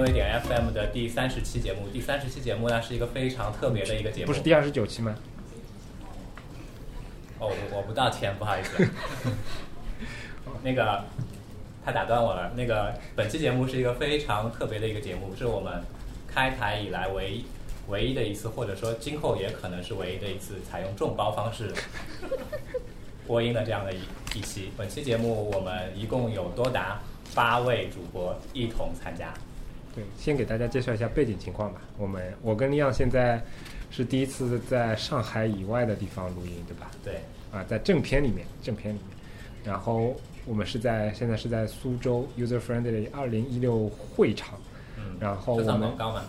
为点 FM 的第30期节目。第30期节目呢是一个非常特别的一个节目， 不是第29期吗？ 哦，我不到前，不好意思。那个他打断我了。那个本期节目是一个非常特别的一个节目，是我们开台以来唯一的一次，或者说今后也可能是唯一的一次采用众包方式播音的这样的一期。本期节目我们一共有多达8位主播一同参加。 对，先给大家介绍一下背景情况吧。我跟利昂现在是第一次在上海以外的地方录音，对吧？ 对。 在正片里面，然后我们现在是在苏州 User Friendly 2016会场。然后我们广告吗？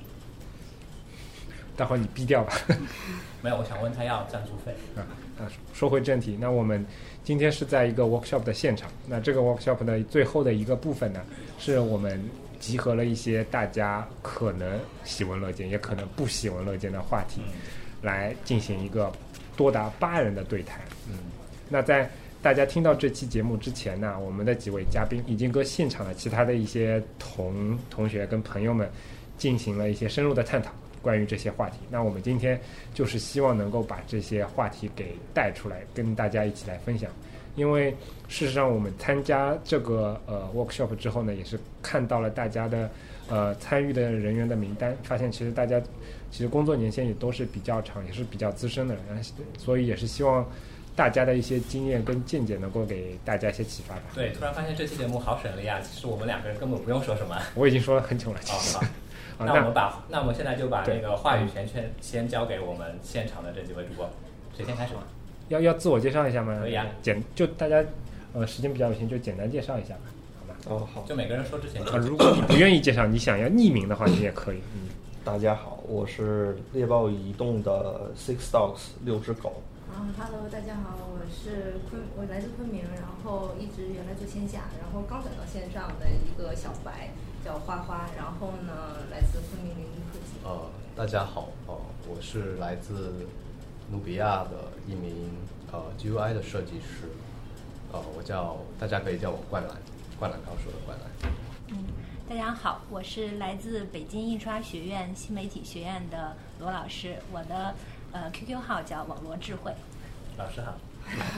待会儿你逼掉吧。 没有，我想问他要赞助费。 说回正题，那我们今天是在一个 workshop 的现场。那这个 workshop 的最后的一个部分呢，是我们集合了一些大家可能喜闻乐见，也可能不喜闻乐见的话题，来进行一个多达8人的对谈。那在大家听到这期节目之前呢，我们的几位嘉宾已经跟现场的其他的一些同学跟朋友们进行了一些深入的探讨关于这些话题。那我们今天就是希望能够把这些话题给带出来，跟大家一起来分享。因为事实上我们参加这个workshop 之后呢，也是看到了大家的参与的人员的名单，发现其实大家工作年限也都是比较长，也是比较资深的人，所以也是希望大家的一些经验跟见解能够给大家一些启发吧。 对，突然发现这期节目好省力啊！其实我们2个人根本不用说什么。 我已经说了很久了。 好。那我们现在就把那个话语权先交给我们现场的这几位主播。谁先开始吗？ 要自我介绍一下吗？ 可以啊。 就大家时间比较有限，就简单介绍一下吧，好吗？ 好。就每个人说之前。 如果你不愿意介绍，你想要匿名的话，你也可以。 大家好，我是猎豹移动的 Six Dogs 6只狗。 Hello， 大家好，我来自昆明，然后一直原来做线下，然后刚转到线上的一个小白叫花花，然后呢来自昆明零一科技。 大家好，我是来自努比亚的一名GUI 的设计师，大家可以叫我灌篮高手的灌篮。 大家好，我是来自北京印刷学院新媒体学院的罗老师，我的QQ 号叫网络智慧。 老师好。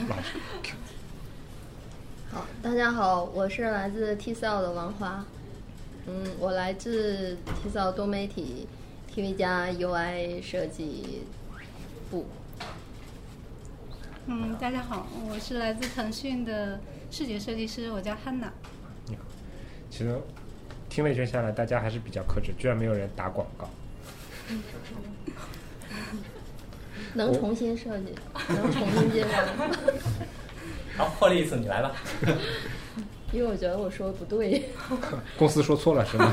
好，大家好，我是来自 TCL 的王华。我来自 TCL 多媒体 TV 加 UI 设计部。 大家好，我是来自腾讯的视觉设计师，我叫汉娜。 你好。其实听了一圈下来，大家还是比较克制，居然没有人打广告。 能重新设计，能重新介绍。 好，破例一次，你来吧。 因为我觉得我说的不对。 公司说错了是吗？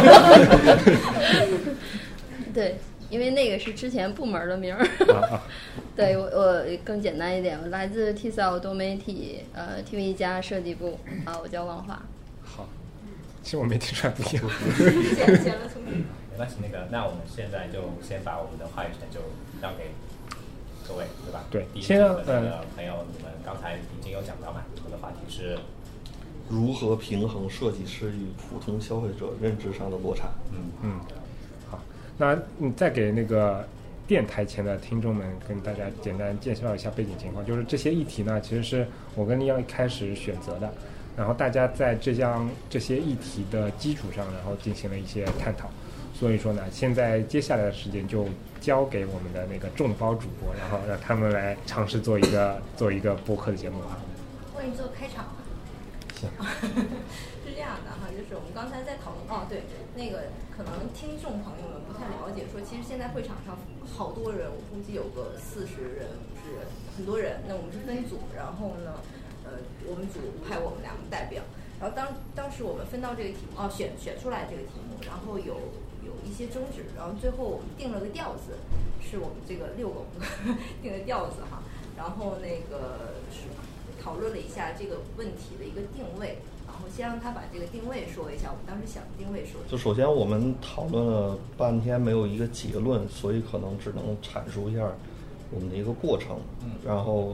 对，因为那个是之前部门的名儿。对，我更简单一点，我来自 TCL 多媒体TV 加设计部我叫王华。 好，其实我没听出来不一样。 没关系，那我们现在就先把我们的话语权就让给各位，对吧？ 对， 先让朋友，你们刚才已经有讲到嘛，我们的话题是如何平衡设计师与普通消费者认知上的落差。 好，那你再给那个电台前的听众们跟大家简单介绍一下背景情况。就是这些议题呢，其实是我跟利昂一开始选择的，然后大家在这些议题的基础上，然后进行了一些探讨。所以说呢，现在接下来的时间就交给我们的那个众包主播，然后让他们来尝试做一个播客的节目啊。 为你做开场。 行。 是这样的哈，就是我们刚才在讨论对，那个可能听众朋友们不太了解，说其实现在会场上好多人，我估计有个40人50人，很多人。那我们是分组，然后呢，我们组派我们2个代表，然后当时我们分到这个题目，选出来这个题目，然后有一些争执，然后最后我们定了个调子，是我们这个6个定的调子哈，然后那个是讨论了一下这个问题的一个定位，然后先让他把这个定位说一下，我们当时想定位说。 就首先我们讨论了半天没有一个结论，所以可能只能阐述一下我们的一个过程，然后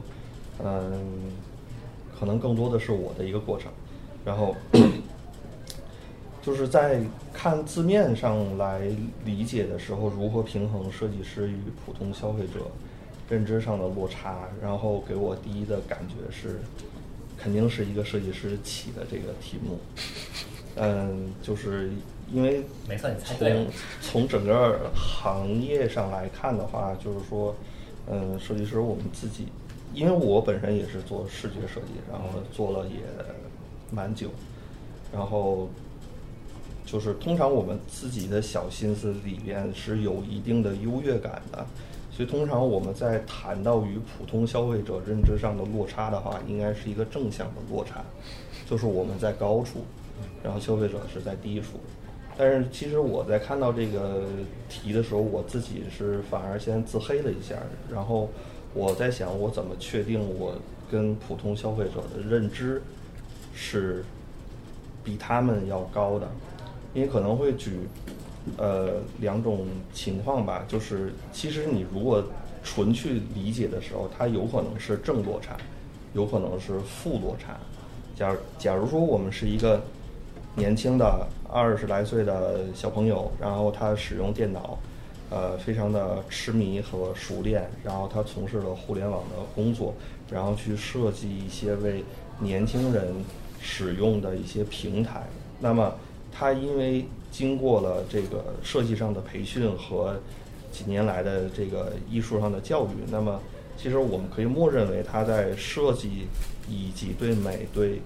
可能更多的是我的一个过程，然后就是在看字面上来理解的时候，如何平衡设计师与普通消费者认知上的落差，然后给我第一的感觉是，肯定是一个设计师起的这个题目。就是因为没错，你猜对了。 从整个行业上来看的话，就是说，设计师我们自己，因为我本身也是做视觉设计，然后做了也蛮久，然后就是通常我们自己的小心思里边是有一定的优越感的，所以通常我们在谈到与普通消费者认知上的落差的话，应该是一个正向的落差，就是我们在高处，然后消费者是在低处。但是其实我在看到这个题的时候，我自己是反而先自黑了一下，然后我在想我怎么确定我跟普通消费者的认知是比他们要高的，因为可能会举两种情况吧，就是其实你如果纯去理解的时候，它有可能是正落差，有可能是负落差。假如说我们是一个年轻的20来岁的小朋友，然后他使用电脑，非常的痴迷和熟练，然后他从事了互联网的工作，然后去设计一些为年轻人使用的一些平台。那么他因为经过了这个设计上的培训和几年来的这个艺术上的教育，那么其实我们可以默认为他在设计以及对美对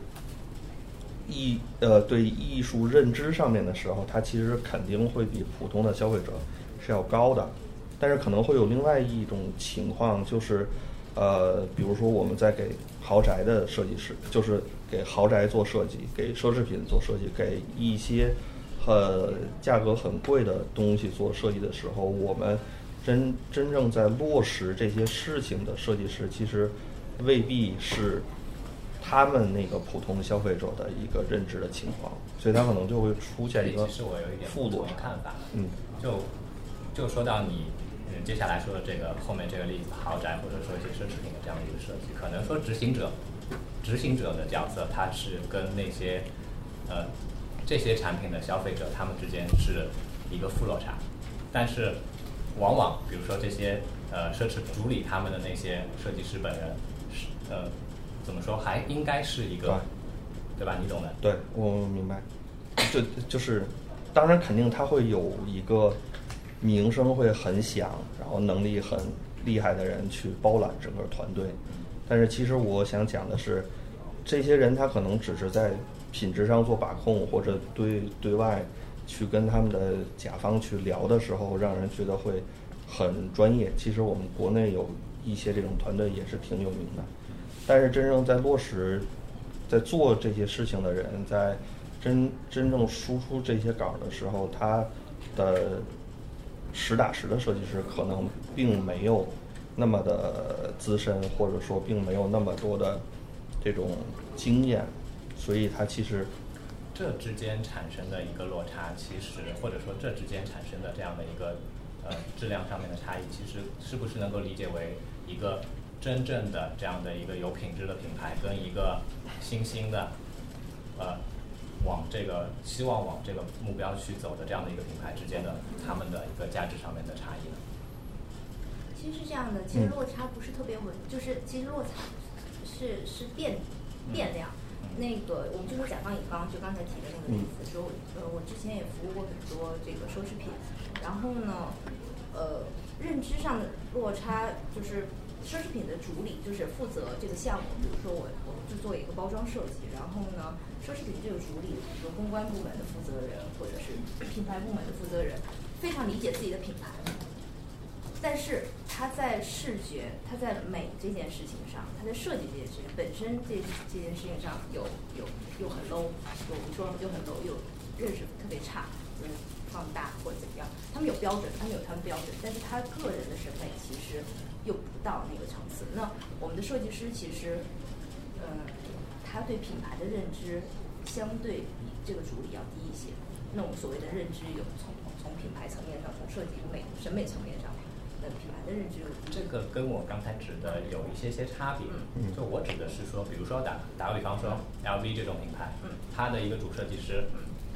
艺术认知上面的时候，它其实肯定会比普通的消费者是要高的。但是可能会有另外一种情况，就是比如说我们在给豪宅的设计师，就是给豪宅做设计，给奢侈品做设计，给一些价格很贵的东西做设计的时候，我们真正在落实这些事情的设计师，其实未必是他们那个普通消费者的一个认知的情况，所以他可能就会出现一个其实我有一点负落看法，就说到你接下来说的这个后面这个例子，豪宅或者说一些奢侈品的这样的一个设计，可能说执行者的角色，他是跟那些这些产品的消费者他们之间是一个负落差，但是往往比如说这些奢侈主理他们的那些设计师本人是怎么说还应该是一个对吧？你懂的。 对，我明白。就是当然肯定他会有一个名声会很响，然后能力很厉害的人去包揽整个团队，但是其实我想讲的是，这些人他可能只是在品质上做把控，或者对外去跟他们的甲方去聊的时候，让人觉得会很专业。其实我们国内有一些这种团队也是挺有名的，但是真正在落实在做这些事情的人，在真正输出这些稿的时候，他的实打实的设计师可能并没有那么的资深，或者说并没有那么多的这种经验，所以他其实这之间产生的一个落差，其实或者说这之间产生的这样的一个质量上面的差异，其实是不是能够理解为一个真正的这样的一个有品质的品牌跟一个新兴的希望往这个目标去走的这样的一个品牌之间的他们的一个价值上面的差异呢？ 其实是这样的，其实落差不是特别稳，就是其实落差是变量。那个我们就说甲方乙方，就刚才提的那个例子，说我之前也服务过很多这个奢侈品，然后呢，认知上的落差就是奢侈品的主理就是负责这个项目，比如说我就做一个包装设计，然后呢，奢侈品这个主理，比如公关部门的负责人或者是品牌部门的负责人，非常理解自己的品牌。但是他在视觉，他在美这件事情上，他在设计这件事情本身这件事情上又很 low， 我们说又很 low， 又认识特别差，放大或者怎么样。他们有标准，他们有他们标准，但是他个人的审美其实又不到那个层次。那我们的设计师其实，他对品牌的认知相对比这个主理要低一些。那我们所谓的认知有从品牌层面上，从设计审美层面上。品牌的认知， 这个跟我刚才指的有一些差别。就我指的是说，比如说打个比方说 ，LV 这种品牌，它的一个主设计师，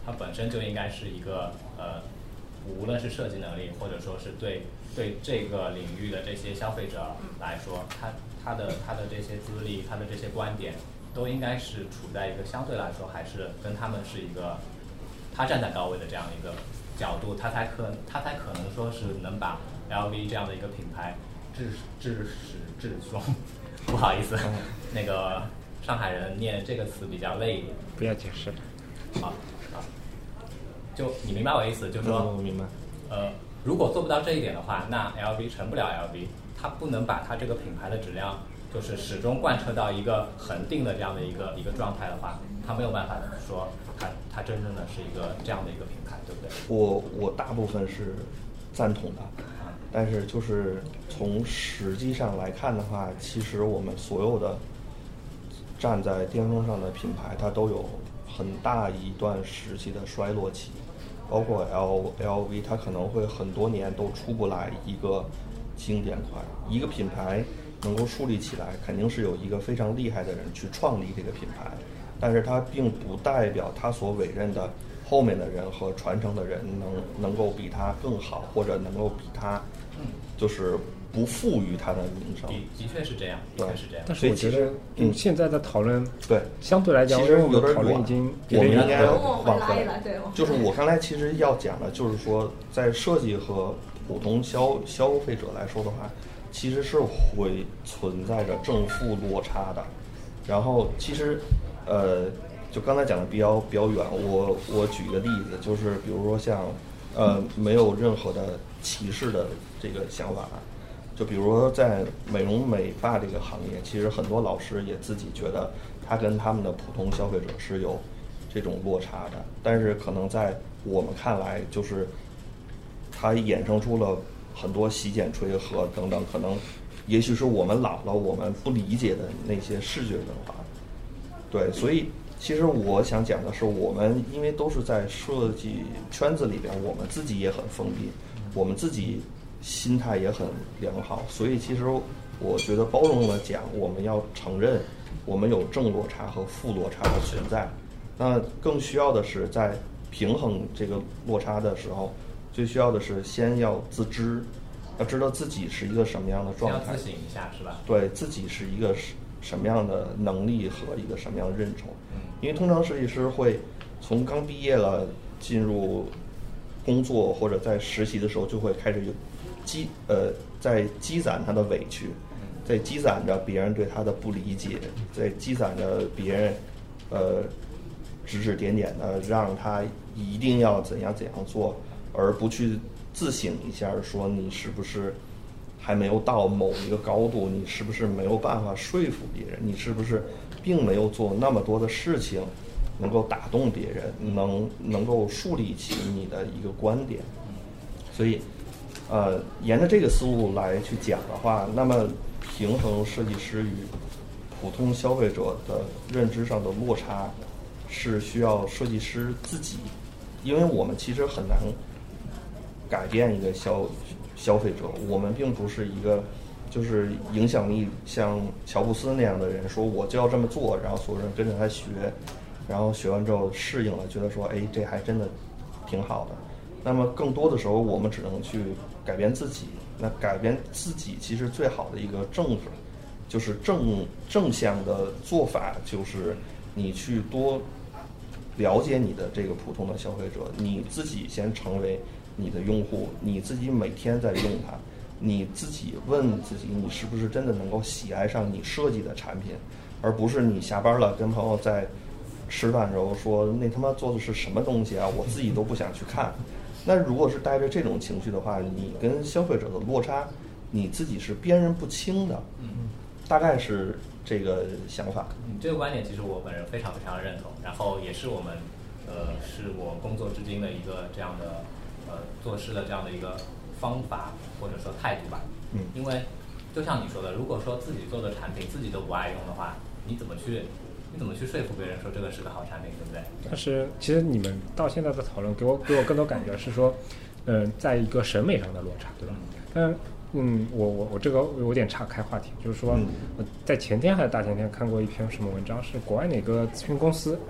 它本身就应该是一个无论是设计能力，或者说是对这个领域的这些消费者来说，他的这些资历，他的这些观点，都应该是处在一个相对来说还是跟他们是一个他站在高位的这样一个角度，他才可能说是能把 LV 这样的一个品牌至始至终。不好意思，那个上海人念这个词比较累一点， 不要解释。 好，就你明白我的意思，就是说， 我明白。 如果做不到这一点的话，那 LV 成不了 LV， 它不能把它这个品牌的质量就是始终贯彻到一个恒定的这样的一个状态的话，它没有办法说它真正的是一个这样的一个品牌，对不对？ 我大部分是赞同的，但是就是从实际上来看的话，其实我们所有的站在巅峰上的品牌，它都有很大一段时期的衰落期，包括 LV， 它可能会很多年都出不来一个经典款。一个品牌能够树立起来，肯定是有一个非常厉害的人去创立这个品牌，但是它并不代表他所委任的后面的人和传承的人能够比他更好，或者能够比他就是不负于他的名声。 的确是这样，的确是这样。 但是我觉得，现在的讨论， 对， 相对来讲， 其实有点讨论已经， 我们应该往回了，对。 就是我刚才其实要讲的，就是说，在设计和普通消费者来说的话，其实是会存在着正负落差的。然后其实，就刚才讲的比较远，我举一个例子，就是比如说像，没有任何的歧视的这个想法。就比如说在美容美发这个行业，其实很多老师也自己觉得他跟他们的普通消费者是有这种落差的，但是可能在我们看来，就是它衍生出了很多洗剪吹和等等，可能也许是我们老了我们不理解的那些视觉文化。对，所以其实我想讲的是，我们因为都是在设计圈子里边，我们自己也很封闭，我们自己心态也很良好，所以其实我觉得包容的讲，我们要承认我们有正落差和负落差的存在。那更需要的是在平衡这个落差的时候，最需要的是先要自知，要知道自己是一个什么样的状态， 要自省一下，是吧？ 对自己是一个什么样的能力和一个什么样的认同。因为通常设计师会从刚毕业了进入工作或者在实习的时候，就会开始有在积攒他的委屈，在积攒着别人对他的不理解，在积攒着别人指指点点的让他一定要怎样做，而不去自省一下，说你是不是还没有到某一个高度，你是不是没有办法说服别人，你是不是并没有做那么多的事情能够打动别人，能够树立起你的一个观点。所以沿着这个思路来去讲的话，那么平衡设计师与普通消费者的认知上的落差是需要设计师自己，因为我们其实很难改变一个消费者，我们并不是一个就是影响力像乔布斯那样的人，说我就要这么做，然后所有人跟着他学，然后学完之后适应了，觉得说这还真的挺好的。那么更多的时候我们只能去改变自己，那改变自己其实最好的一个就是正向的做法，就是你去多了解你的这个普通的消费者，你自己先成为你的用户，你自己每天在用它，你自己问自己，你是不是真的能够喜爱上你设计的产品，而不是你下班了跟朋友在吃饭的时候说那他妈做的是什么东西啊，我自己都不想去看。那如果是带着这种情绪的话，你跟消费者的落差你自己是辨认不清的。大概是这个想法。 这个观点其实我本人非常非常认同，然后也是我们是我工作至今的一个这样的做事的这样的一个方法或者说态度吧。因为就像你说的，如果说自己做的产品自己都不爱用的话，你怎么去说服别人说这个是个好产品，对不对？ 但是其实你们到现在的讨论给我更多感觉是说，在一个审美上的落差，对吧？我这个有点岔开话题，就是说，在前天还是大前天看过一篇什么文章，是国外哪个咨询公司，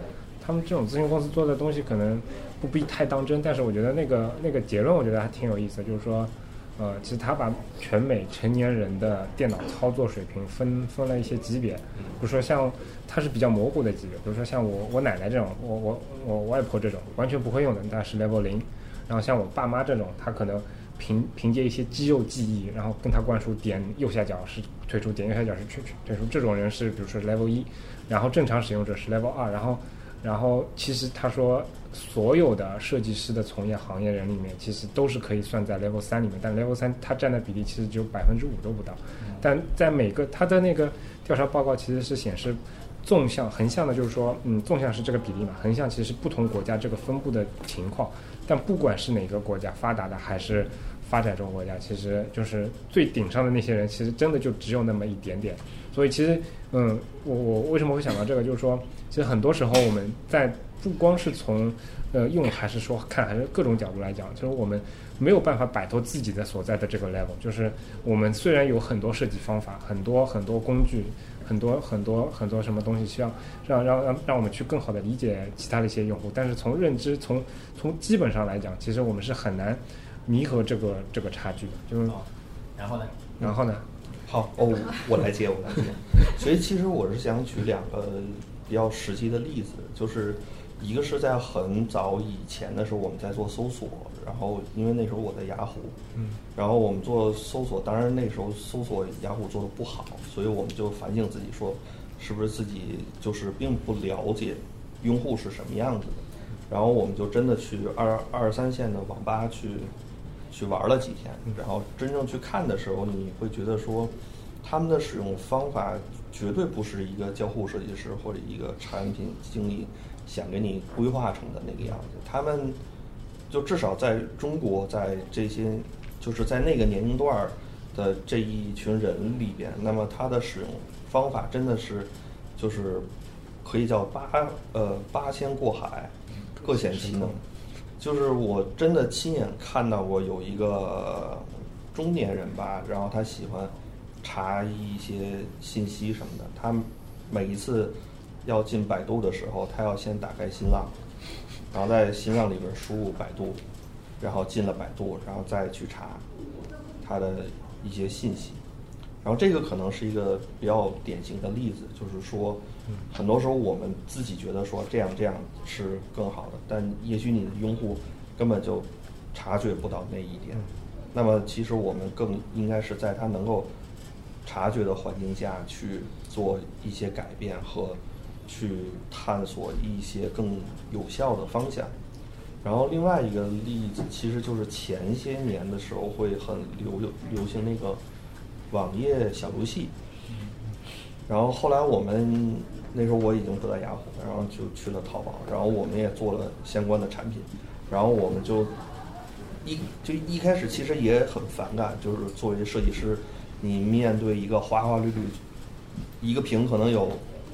他们这种咨询公司做的东西可能不必太当真，但是我觉得那个结论我觉得还挺有意思的，就是说其实他把全美成年人的电脑操作水平分了一些级别，比如说像它是比较模糊的级别，比如说像我奶奶这种，我外婆这种完全不会用的，大概是 level 0，然后像我爸妈这种，他可能凭借一些肌肉记忆，然后跟他灌输点右下角是退出，点右下角是退出，这种人是比如说 level 1，然后正常使用者是 level 2，然后其实他说所有的设计师的从业行业人里面，其实都是可以算在 level 3里面，但 level 3它占的比例其实只有5%都不到。但在每个他的那个调查报告其实是显示纵向横向的，就是说纵向是这个比例嘛，横向其实是不同国家这个分布的情况。但不管是哪个国家，发达的还是发展中国家，其实就是最顶上的那些人，其实真的就只有那么一点点。所以其实我为什么会想到这个，就是说其实很多时候我们在不光是从用还是说看还是各种角度来讲，就是我们没有办法摆脱自己的所在的这个 level， 就是我们虽然有很多设计方法，很多工具，很多什么东西需要让我们去更好的理解其他的一些用户，但是从认知从基本上来讲，其实我们是很难弥合这个差距的。就是然后呢好我来接所以其实我是想举2个比较实际的例子，就是一个是在很早以前的时候我们在做搜索，然后因为那时候我在雅虎，然后我们做搜索，当然那时候搜索雅虎做的不好，所以我们就反省自己说是不是自己就是并不了解用户是什么样子的，然后我们就真的去二三线的网吧去玩了几天，然后真正去看的时候，你会觉得说他们的使用方法绝对不是一个交互设计师或者一个产品经理想给你规划成的那个样子。他们就至少在中国，在这些就是在那个年龄段的这一群人里边，那么他的使用方法真的是就是可以叫八仙过海，各显其能。就是我真的亲眼看到过有一个中年人吧，然后他喜欢查一些信息什么的，他每一次要进百度的时候，他要先打开新浪，然后在新浪里边输入百度，然后进了百度，然后再去查他的一些信息。然后这个可能是一个比较典型的例子，就是说很多时候我们自己觉得说这样是更好的，但也许你的用户根本就察觉不到那一点。那么其实我们更应该是在他能够察觉的环境下去做一些改变和去探索一些更有效的方向。然后另外一个例子其实就是前些年的时候会很流行那个网页小游戏，然后后来我们那时候我已经不在雅虎，然后就去了淘宝，然后我们也做了相关的产品，然后我们就一开始其实也很反感，就是作为设计师，你面对一个花花绿绿一个屏可能有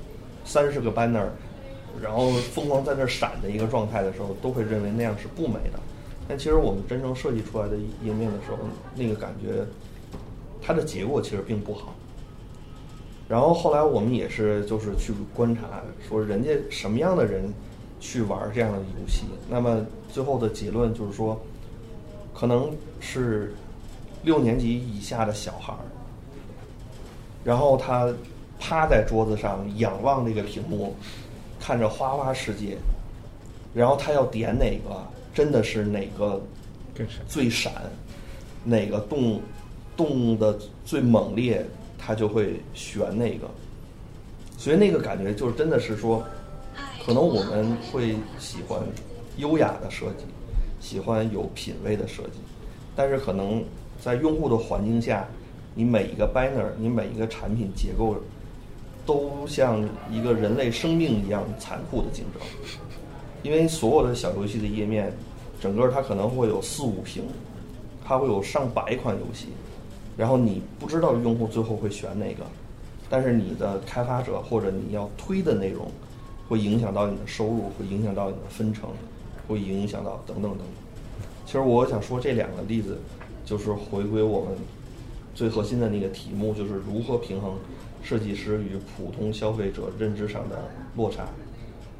30个 banner， 然后疯狂在那闪的一个状态的时候，都会认为那样是不美的。但其实我们真正设计出来的页面的时候，那个感觉它的结果其实并不好。然后后来我们也是就是去观察，说人家什么样的人去玩这样的游戏，那么最后的结论就是说，可能是6年级以下的小孩，然后他趴在桌子上仰望这个屏幕，看着花花世界，然后他要点哪个，真的是哪个最闪，哪个动的最猛烈，他就会选那个。所以那个感觉就是真的是说，可能我们会喜欢优雅的设计，喜欢有品位的设计，但是可能在用户的环境下，你每一个 banner， 你每一个产品结构都像一个人类生命一样残酷的竞争。因为所有的小游戏的页面，整个它可能会有4-5屏，它会有上百款游戏，然后你不知道用户最后会选哪个，但是你的开发者或者你要推的内容会影响到你的收入，会影响到你的分成，会影响到等等等等。其实我想说这2个例子，就是回归我们最核心的那个题目，就是如何平衡设计师与普通消费者认知上的落差。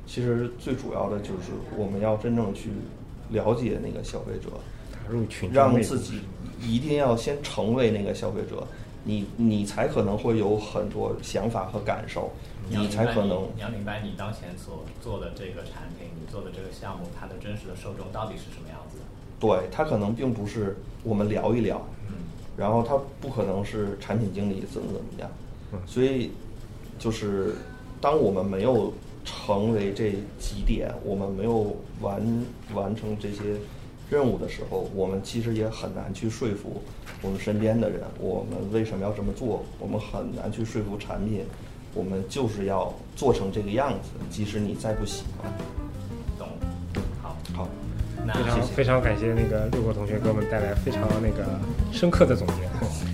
其实最主要的就是我们要真正去了解那个消费者， 打入群众让内部自己一定要先成为那个消费者，你才可能会有很多想法和感受，你才可能你要明白你当前所做的这个产品，你做的这个项目，它的真实的受众到底是什么样子的。 对，它可能并不是我们聊一聊，然后它不可能是产品经理怎么样，所以就是当我们没有成为这几点，我们没有完成这些任务的时候，我们其实也很难去说服我们身边的人，我们为什么要这么做，我们很难去说服产品，我们就是要做成这个样子，即使你再不喜欢。 懂。好， 非常那谢谢。 非常感谢那个6个同学给我们带来非常那个深刻的总结。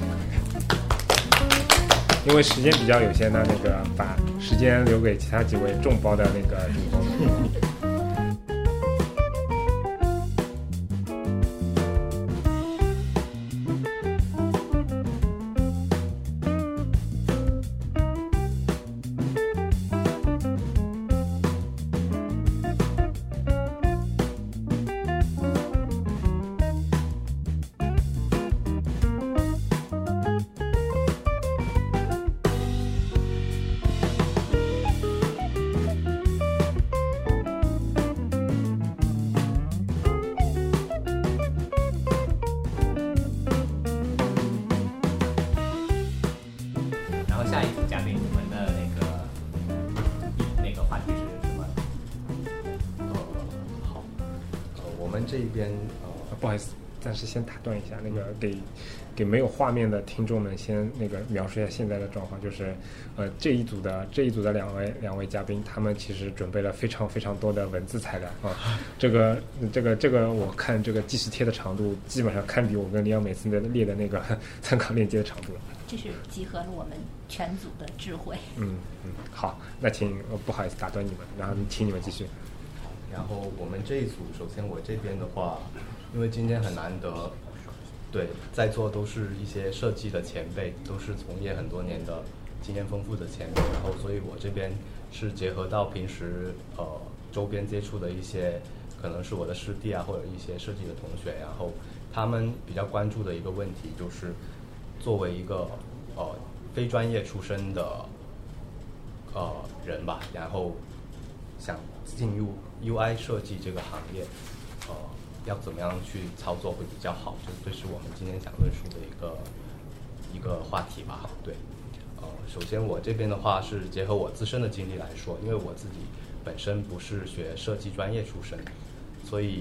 因为时间比较有限呢，那个把时间留给其他几位众包的那个主播。 然后下一组嘉宾，你们的那个话题是什么？ 好，我们这边不好意思，暂时先打断一下，那个给没有画面的听众们先那个描述一下现在的状况，就是这一组的两位嘉宾，他们其实准备了非常非常多的文字材料啊，这个我看这个记事贴的长度基本上堪比我跟李阳每次列的那个参考链接的长度了。 这是集合了我们全组的智慧。 好，那请不好意思打断你们，然后请你们继续。 然后我们这一组，首先我这边的话，因为今天很难得，对，在座都是一些设计的前辈，都是从业很多年的经验丰富的前辈，然后所以我这边是结合到平时周边接触的一些，可能是我的师弟啊，或者一些设计的同学，然后他们比较关注的一个问题就是，作为一个非专业出身的人吧，然后想进入 UI 设计这个行业，要怎么样去操作会比较好？这是我们今天想论述的一个话题吧。对，首先我这边的话是结合我自身的经历来说，因为我自己本身不是学设计专业出身，所以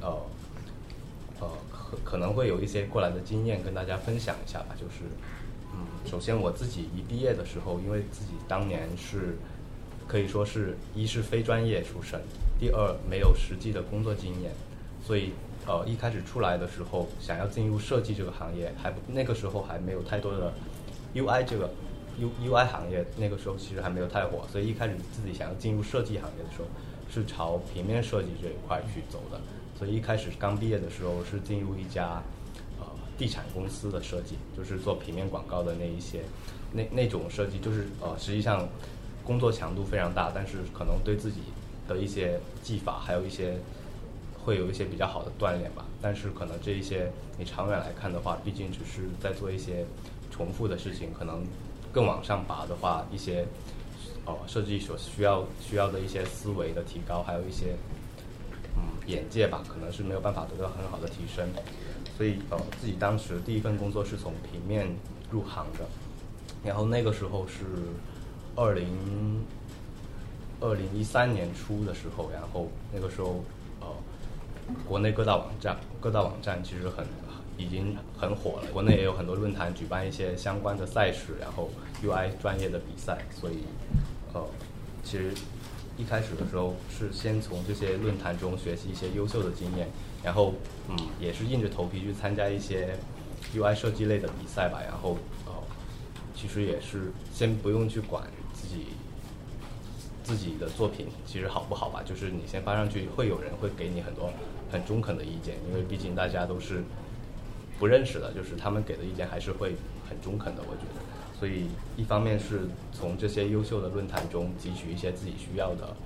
可能会有一些过来的经验跟大家分享一下吧。就是首先我自己一毕业的时候，因为自己当年是可以说是一是非专业出身，第二没有实际的工作经验，所以一开始出来的时候想要进入设计这个行业，那个时候还没有太多的 UI 这个 UI 行业，那个时候其实还没有太火，所以一开始自己想要进入设计行业的时候是朝平面设计这一块去走的。所以一开始刚毕业的时候是进入一家地产公司的设计，就是做平面广告的那种设计，就是实际上工作强度非常大，但是可能对自己的一些技法还有会有一些比较好的锻炼吧。但是可能这一些你长远来看的话，毕竟只是在做一些重复的事情，可能更往上拔的话，一些设计所需要的一些思维的提高，还有一些眼界吧，可能是没有办法得到很好的提升。所以自己当时第一份工作是从平面入行的，然后那个时候是2013年初的时候，然后那个时候国内各大网站其实已经很火了，国内也有很多论坛举办一些相关的赛事，然后 UI 专业的比赛，所以其实一开始的时候是先从这些论坛中学习一些优秀的经验，然后也是硬着头皮去参加一些 UI 设计类的比赛吧，然后其实也是先不用去管自己的作品其实好不好吧，就是你先发上去，会有人会给你很多很中肯的意见，因为毕竟大家都是不认识的，就是他们给的意见还是会很中肯的，我觉得。所以一方面是从这些优秀的论坛中汲取一些自己需要的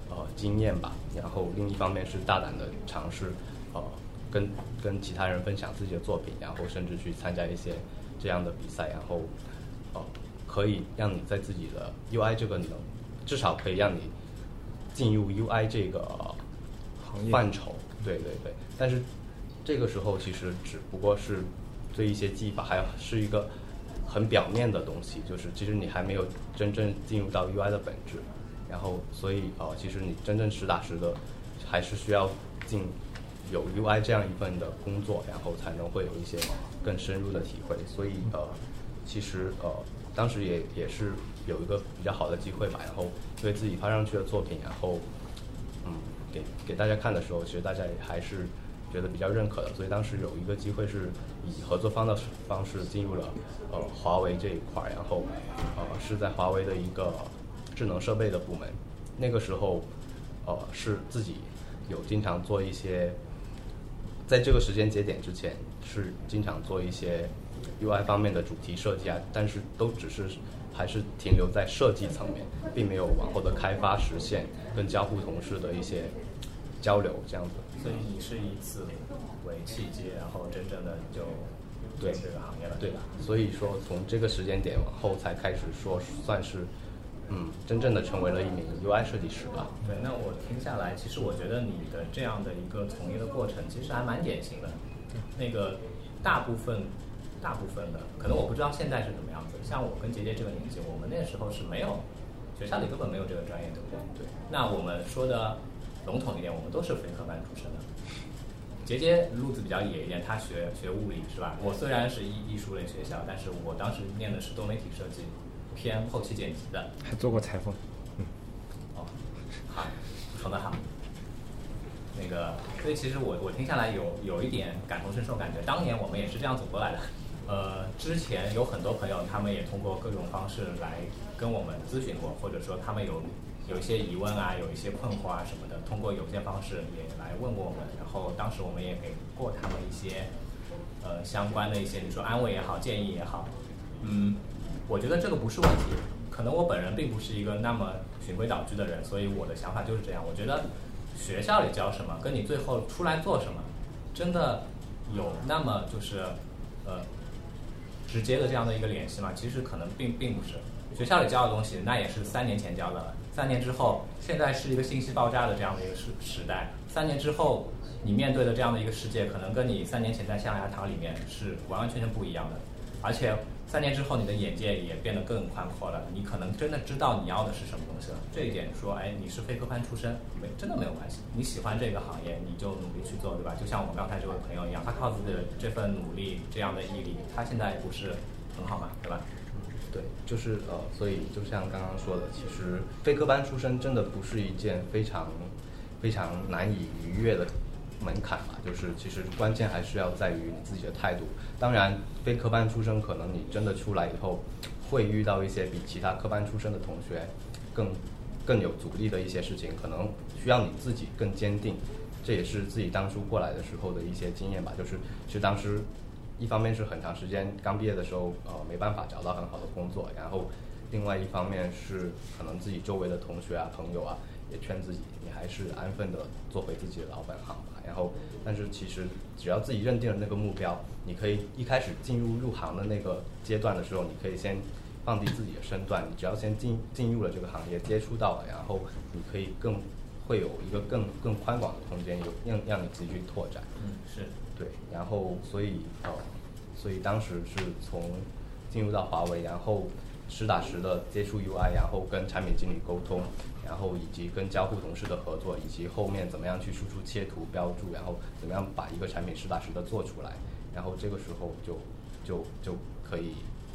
经验吧，然后另一方面是大胆的尝试跟其他人分享自己的作品，然后甚至去参加一些这样的比赛，然后可以让你在自己的 UI 这个至少可以让你进入 UI 这个行业范畴，对。但是这个时候其实只不过是对一些技法，还是一个很表面的东西，就是其实你还没有真正进入到 UI 的本质。然后所以其实你真正实打实的还是需要有 UI 这样一份的工作，然后才能会有一些更深入的体会。所以其实当时也是有一个比较好的机会吧，然后对自己发上去的作品，然后给大家看的时候，其实大家也还是觉得比较认可的。所以当时有一个机会是以合作方的方式进入了华为这一块，然后是在华为的一个智能设备的部门。那个时候是自己有经常做一些，在这个时间节点之前是经常做一些 UI 方面的主题设计啊，但是都只是还是停留在设计层面，并没有往后的开发实现跟交互同事的一些交流这样子。 所以你是以此为契机，然后真正的就对这个行业了， 对吧？ 所以说从这个时间点往后才开始说算是真正的成为了一名 UI 设计师吧。 对，那我听下来，其实我觉得你的这样的一个从业的过程，其实还蛮典型的。那个大部分的，可能我不知道现在是怎么样子。像我跟杰杰这个年纪，我们那时候是没有，学校里根本没有这个专业，对不对？对。那我们说的笼统一点，我们都是非科班出身的。杰杰路子比较野一点，他学物理是吧？我虽然是艺术类学校，但是我当时念的是多媒体设计，偏后期剪辑的。 还做过裁缝。 哦，好，说得好。那个，所以其实我听下来有一点感同身受感觉，当年我们也是这样走过来的。之前有很多朋友，他们也通过各种方式来跟我们咨询过，或者说他们有一些疑问啊，有一些困惑啊什么的，通过邮件方式也来问过我们。然后当时我们也给过他们一些相关的一些，你说安慰也好，建议也好。我觉得这个不是问题。可能我本人并不是一个那么循规蹈矩的人，所以我的想法就是这样。我觉得学校里教什么，跟你最后出来做什么，真的有那么就是直接的这样的一个联系吗？其实可能并不是。学校里教的东西，那也是3年前教的了。3年之后，现在是一个信息爆炸的这样的一个时代。3年之后，你面对的这样的一个世界，可能跟你3年前在象牙塔里面是完完全全不一样的。而且3年之后，你的眼界也变得更宽阔了，你可能真的知道你要的是什么东西了。这一点说，你是非科班出身，真的没有关系。你喜欢这个行业，你就努力去做，对吧？就像我刚才这位朋友一样，他靠自己的这份努力，这样的毅力，他现在不是很好嘛，对吧？ 对，就是所以就像刚刚说的，其实非科班出身真的不是一件非常非常难以逾越的门槛吧，就是其实关键还是要在于你自己的态度。当然非科班出身可能你真的出来以后会遇到一些比其他科班出身的同学更有阻力的一些事情，可能需要你自己更坚定。这也是自己当初过来的时候的一些经验吧，就是其实当时一方面是很长时间刚毕业的时候没办法找到很好的工作，然后另外一方面是可能自己周围的同学啊朋友啊也劝自己你还是安分的做回自己的老本行吧。然后但是其实只要自己认定了那个目标，你可以一开始入行的那个阶段的时候，你可以先放低自己的身段，你只要先进入了这个行业，接触到了，然后你可以会有一个更宽广的空间，让你自己去拓展。 是对。然后所以当时是从进入到华为，然后实打实的接触 UI， 然后跟产品经理沟通，然后以及跟交互同事的合作，以及后面怎么样去输出切图标注，然后怎么样把一个产品实打实的做出来，然后这个时候就可以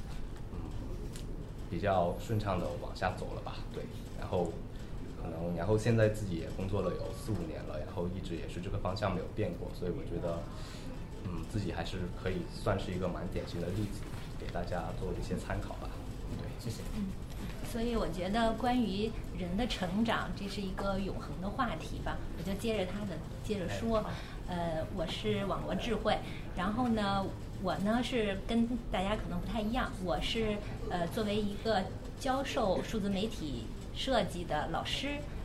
比较顺畅的往下走了吧。对。然后现在自己也工作了有4-5年了，然后一直也是这个方向没有变过，所以我觉得自己还是可以算是一个蛮典型的例子，给大家做一些参考吧。对，谢谢。 所以我觉得关于人的成长，这是一个永恒的话题吧。我就接着说，我是网络智慧，然后呢，我呢是跟大家可能不太一样，我是作为一个教授数字媒体设计的老师，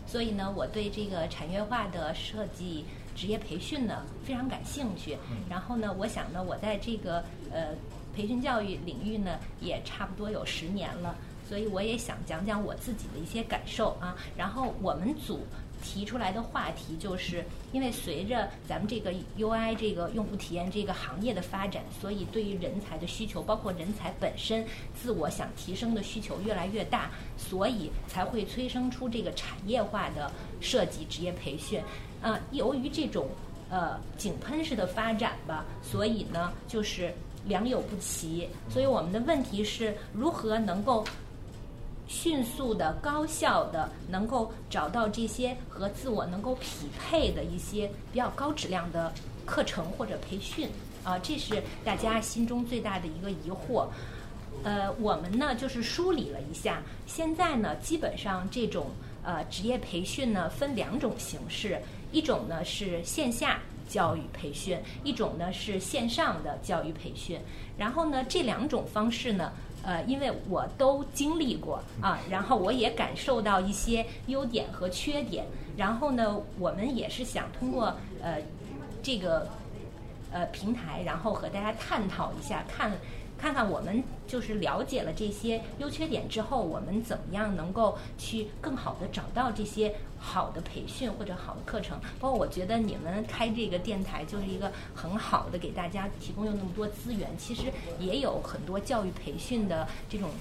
所以呢，我对这个产业化的设计职业培训呢非常感兴趣。然后呢，我想呢，我在这个培训教育领域呢也差不多有10年了，所以我也想讲讲我自己的一些感受啊。然后我们组提出来的话题就是，因为随着咱们这个 UI 这个用户体验这个行业的发展，所以对于人才的需求，包括人才本身自我想提升的需求越来越大，所以才会催生出这个产业化的设计职业培训。由于这种井喷式的发展吧，所以呢就是良莠不齐。所以我们的问题是如何能够迅速的、高效的，能够找到这些和自我能够匹配的一些比较高质量的课程或者培训这是大家心中最大的一个疑惑。我们呢就是梳理了一下，现在呢基本上这种职业培训呢分2种形式，一种呢是线下教育培训，一种呢是线上的教育培训。然后呢这2种方式呢因为我都经历过然后我也感受到一些优点和缺点，然后呢我们也是想通过这个平台，然后和大家探讨一下，看看我们就是了解了这些优缺点之后，我们怎么样能够去更好的找到这些好的培训或者好的课程。包括我觉得你们开这个电台就是一个很好的给大家提供有那么多资源，其实也有很多教育培训的这种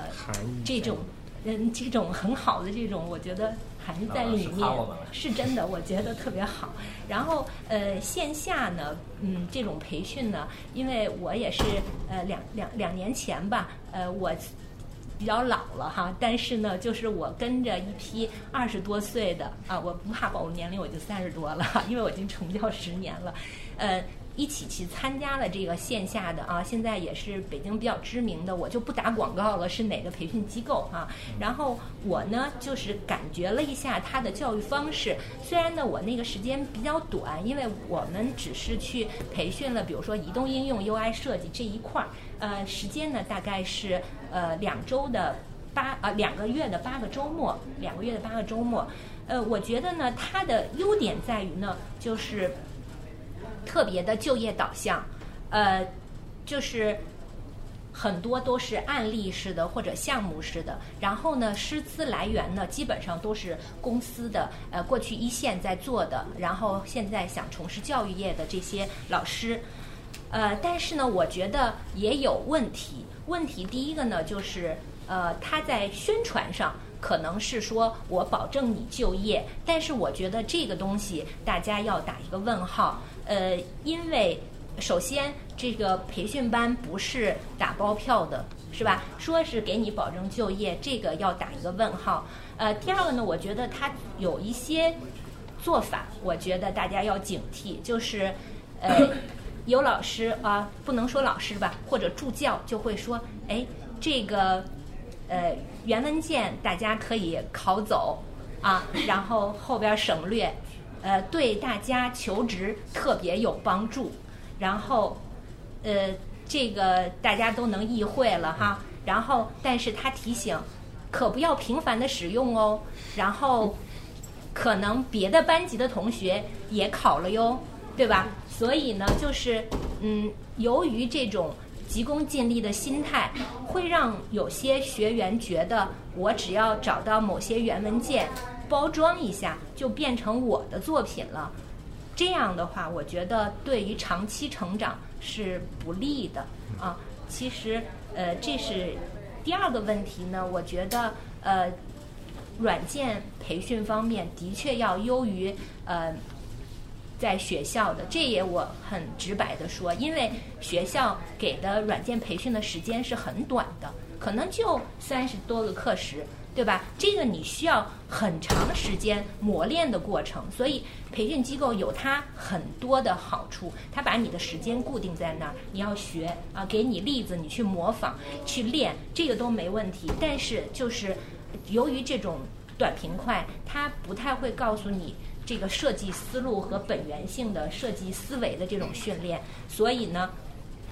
这种很好的这种，我觉得含在里面是真的，我觉得特别好。然后线下呢，这种培训呢，因为我也是两年前吧，我比较老了哈，但是呢，就是我跟着一批20多岁的我不怕暴露年龄，我就30多了，因为我已经从教10年了，一起去参加了这个线下的现在也是北京比较知名的，我就不打广告了，是哪个培训机构然后我呢就是感觉了一下它的教育方式，虽然呢我那个时间比较短，因为我们只是去培训了比如说移动应用 UI 设计这一块时间呢大概是2个月的8个周末，2个月的8个周末。我觉得呢它的优点在于呢就是特别的就业导向，就是很多都是案例式的或者项目式的，然后呢师资来源呢基本上都是公司的过去一线在做的，然后现在想从事教育业的这些老师。但是呢我觉得也有问题第一个呢就是他在宣传上可能是说我保证你就业，但是我觉得这个东西大家要打一个问号。因为首先这个培训班不是打包票的，是吧？说是给你保证就业，这个要打一个问号。第二个呢，我觉得它有一些做法，我觉得大家要警惕，就是有老师不能说老师吧，或者助教就会说，这个原文件大家可以拷走然后后边省略。对大家求职特别有帮助，然后这个大家都能意会了哈。然后但是他提醒可不要频繁的使用哦，然后可能别的班级的同学也考了哟，对吧？所以呢就是由于这种急功近利的心态，会让有些学员觉得我只要找到某些原文件包装一下就变成我的作品了，这样的话我觉得对于长期成长是不利的其实这是第二个问题呢。我觉得软件培训方面的确要优于在学校的，这也我很直白的说，因为学校给的软件培训的时间是很短的，可能就30多个课时，对吧？这个你需要很长时间磨练的过程，所以培训机构有它很多的好处，它把你的时间固定在那儿，你要学给你例子，你去模仿去练，这个都没问题。但是就是由于这种短平快，它不太会告诉你这个设计思路和本源性的设计思维的这种训练，所以呢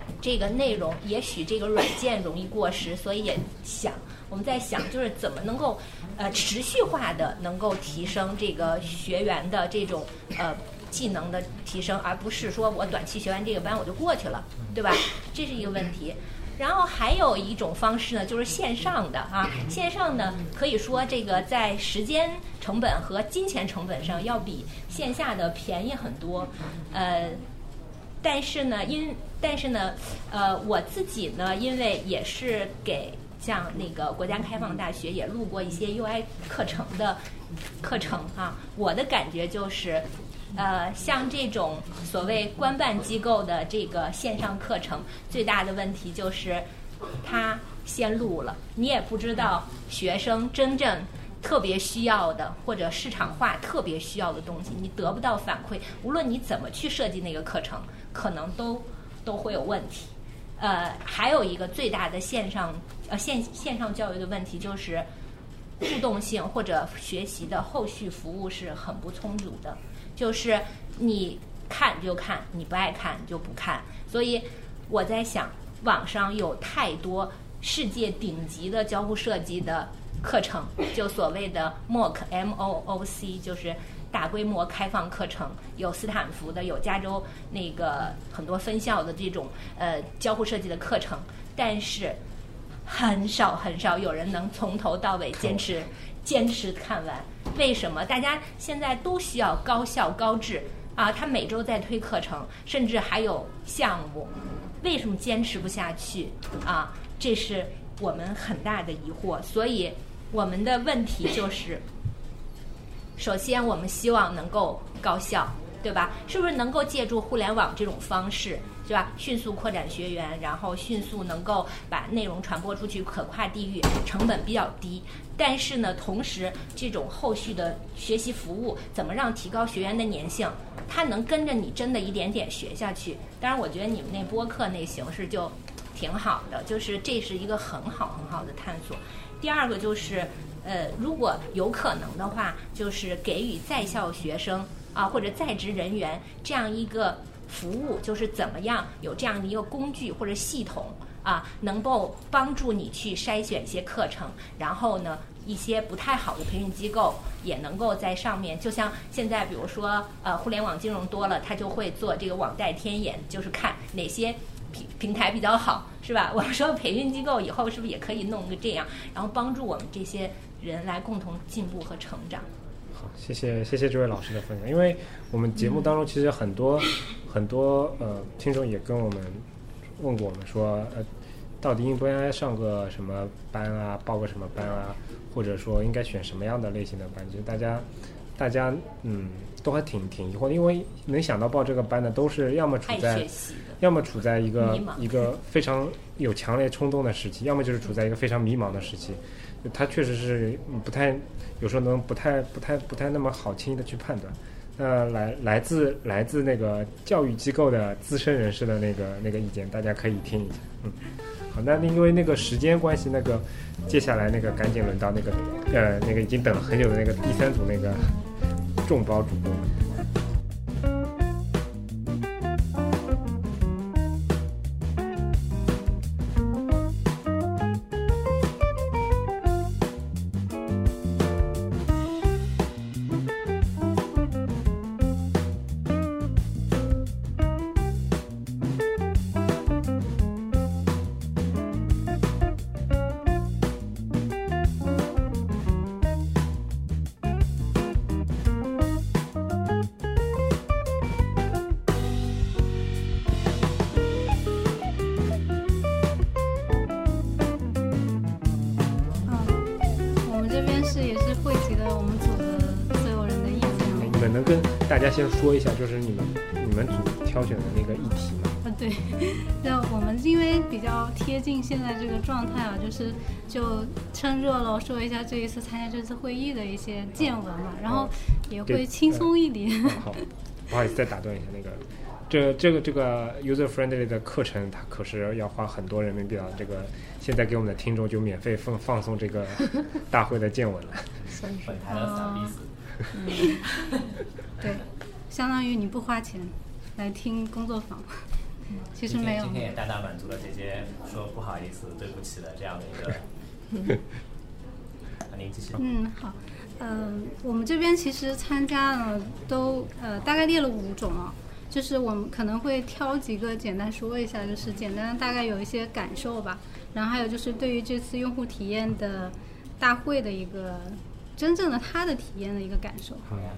这个内容，也许这个软件容易过时，所以我们在想就是怎么能够持续化的能够提升这个学员的这种技能的提升，而不是说我短期学完这个班我就过去了，对吧？这是一个问题。然后还有一种方式呢，就是线上的啊，线上呢可以说这个在时间成本和金钱成本上要比线下的便宜很多，但是呢，我自己呢，因为也是给像那个国家开放大学也录过一些 UI 课程啊，我的感觉就是。像这种所谓官办机构的这个线上课程，最大的问题就是它先录了，你也不知道学生真正特别需要的或者市场化特别需要的东西，你得不到反馈，无论你怎么去设计那个课程，可能都会有问题。还有一个最大的线上教育的问题就是互动性或者学习的后续服务是很不充足的。就是你看就看，你不爱看就不看。所以我在想，网上有太多世界顶级的交互设计的课程，就所谓的 MOOC， 就是大规模开放课程，有斯坦福的，有加州那个很多分校的这种交互设计的课程，但是很少有人能从头到尾坚持看完。为什么？大家现在都需要高效高质啊，他每周在推课程，甚至还有项目，为什么坚持不下去啊？这是我们很大的疑惑。所以我们的问题就是，首先我们希望能够高效，对吧？是不是能够借助互联网这种方式，对吧？迅速扩展学员，然后迅速能够把内容传播出去，可跨地域，成本比较低。但是呢，同时这种后续的学习服务，怎么让提高学员的粘性，他能跟着你真的一点点学下去？当然，我觉得你们那播客那形式就挺好的，就是这是一个很好的探索。第二个就是，如果有可能的话，就是给予在校学生啊或者在职人员这样一个服务，就是怎么样有这样的一个工具或者系统啊，能够帮助你去筛选一些课程，然后呢，一些不太好的培训机构也能够在上面，就像现在比如说互联网金融多了，他就会做这个网贷天眼，就是看哪些平台比较好，是吧？我说培训机构以后是不是也可以弄个这样，然后帮助我们这些人来共同进步和成长？ 好，谢谢这位老师的分享。因为我们节目当中其实很多听众也跟我们问过我们说，到底应不应该上个什么班啊，报个什么班啊，或者说应该选什么样的类型的班？其实大家都还挺疑惑的，因为能想到报这个班的都是要么处在一个非常有强烈冲动的时期，要么就是处在一个非常迷茫的时期。他确实是有时候不太那么好轻易的去判断。来自那个教育机构的资深人士的那个意见，大家可以听一下。好，那因为那个时间关系，接下来赶紧轮到那个已经等了很久的那个第三组那个众包主播。大家先说一下，就是你们组挑选的那个议题嘛。 对，那我们因为比较贴近现在这个状态啊，就趁热了说一下这一次参加这次会议的一些见闻嘛，然后也会轻松一点。 好，不好意思，再打断一下，这个 user friendly 的课程，它可是要花很多人民币的。这个现在给我们的听众就免费放送这个大会的见闻了。 本台的傻逼死。 对，相当于你不花钱来听工作坊。 其实没有。 今天也大大满足了姐姐说不好意思、对不起的这样的一个。您继续。 好。我们这边其实参加了都大概列了5种啊，就是我们可能会挑几个简单说一下，就是简单大概有一些感受吧。然后还有就是对于这次用户体验的大会的一个真正的他的体验的一个感受。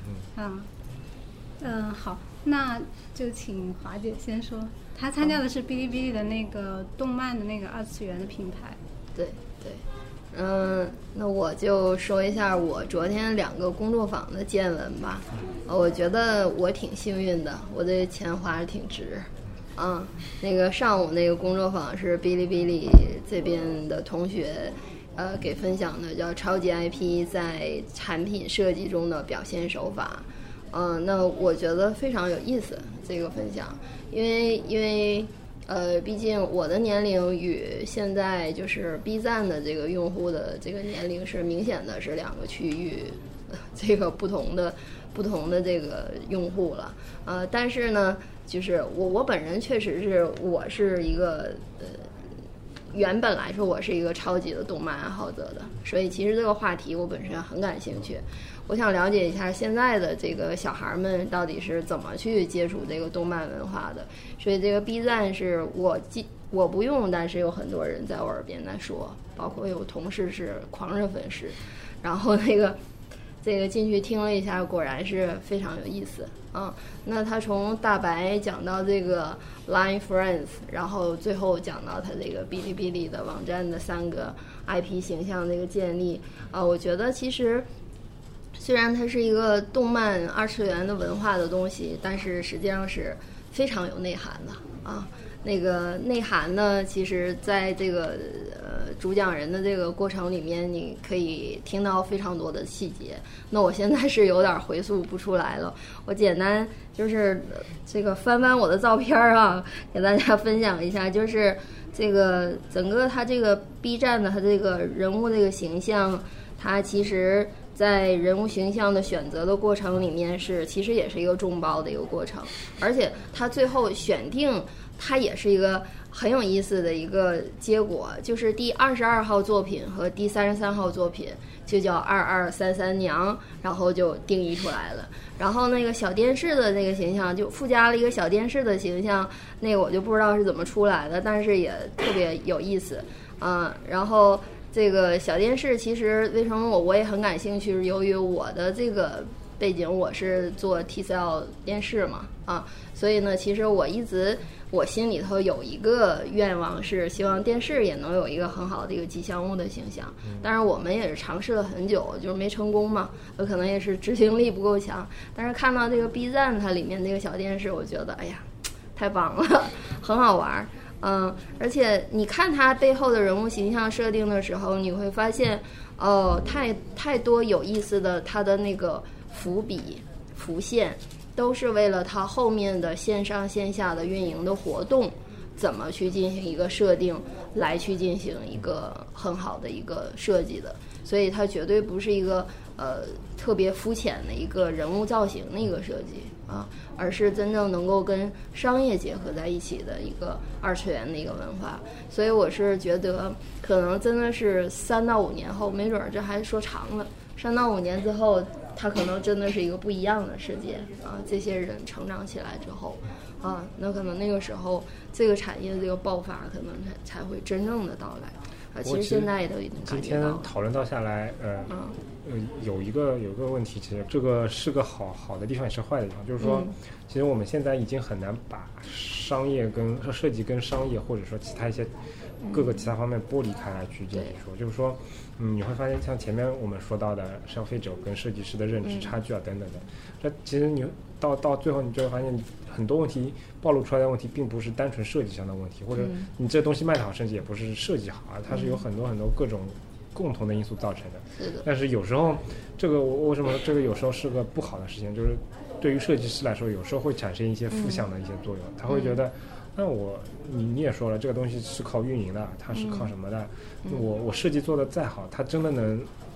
好，那就请华姐先说。她参加的是哔哩哔哩的那个动漫的那个2次元的品牌。 对。那我就说一下我昨天2个工作坊的见闻吧。我觉得我挺幸运的，我这钱花的挺值。那个上午那个工作坊是哔哩哔哩这边的同学给分享的，叫超级 IP 在产品设计中的表现手法。那我觉得非常有意思这个分享，因为毕竟我的年龄与现在就是 B 站的这个用户的这个年龄是明显的是2个区域，这个不同的这个用户了。但是呢，就是我本人确实是我是一个原本来说我是一个超级的动漫爱好者的，所以其实这个话题我本身很感兴趣。我想了解一下现在的这个小孩们到底是怎么去接触这个动漫文化的，所以这个 B 站是我不用，但是有很多人在我耳边在说，包括有同事是狂热粉丝，然后这个进去听了一下，果然是非常有意思。那他从大白讲到这个 Line Friends， 然后最后讲到他这个哔哩哔哩的网站的3个 IP 形象这个建立我觉得其实虽然它是一个动漫2次元的文化的东西，但是实际上是非常有内涵的那个内涵呢，其实在这个主讲人的这个过程里面，你可以听到非常多的细节。那我现在是有点回溯不出来了，我简单就是这个翻我的照片给大家分享一下，就是这个整个它这个 B 站的它这个人物这个形象，它其实在人物形象的选择的过程里面其实也是一个众包的一个过程，而且它最后选定它也是一个很有意思的一个结果，就是第22号作品和第33号作品就叫2233娘，然后就定义出来了。然后那个小电视的那个形象就附加了一个小电视的形象，那个我就不知道是怎么出来的，但是也特别有意思然后这个小电视其实为什么我也很感兴趣，是由于我的这个背景我是做 TCL 电视嘛所以呢其实我心里头有一个愿望是希望电视也能有一个很好的一个吉祥物的形象，当然我们也是尝试了很久，就是没成功嘛，可能也是执行力不够强。但是看到这个 B 站它里面这个小电视，我觉得哎呀太棒了，很好玩而且你看它背后的人物形象设定的时候，你会发现太多有意思的它的那个伏笔浮现，都是为了它后面的线上线下的运营的活动怎么去进行一个设定，来去进行一个很好的一个设计的。所以它绝对不是一个特别肤浅的一个人物造型的一个设计而是真正能够跟商业结合在一起的一个2次元的一个文化。所以我是觉得可能真的是3到5年后，没准这还说长了，3到5年之后它可能真的是一个不一样的世界这些人成长起来之后那可能那个时候这个产业这个爆发可能才会真正的到来其实现在也都已经感觉到了。 今天讨论到下来有一个问题，其实这个是个好的地方也是坏的地方，就是说其实我们现在已经很难把商业跟设计跟商业或者说其他一些各个其他方面剥离开来去进行说，就是说你会发现像前面我们说到的消费者跟设计师的认知差距等等的，这其实你到最后你就会发现很多问题暴露出来的问题并不是单纯设计上的问题，或者你这东西卖得好甚至也不是设计好它是有很多各种共同的因素造成的。但是有时候这个我为什么说这个有时候是个不好的事情，就是对于设计师来说有时候会产生一些负向的一些作用他会觉得那你也说了这个东西是靠运营的，它是靠什么的我设计做的再好，它真的能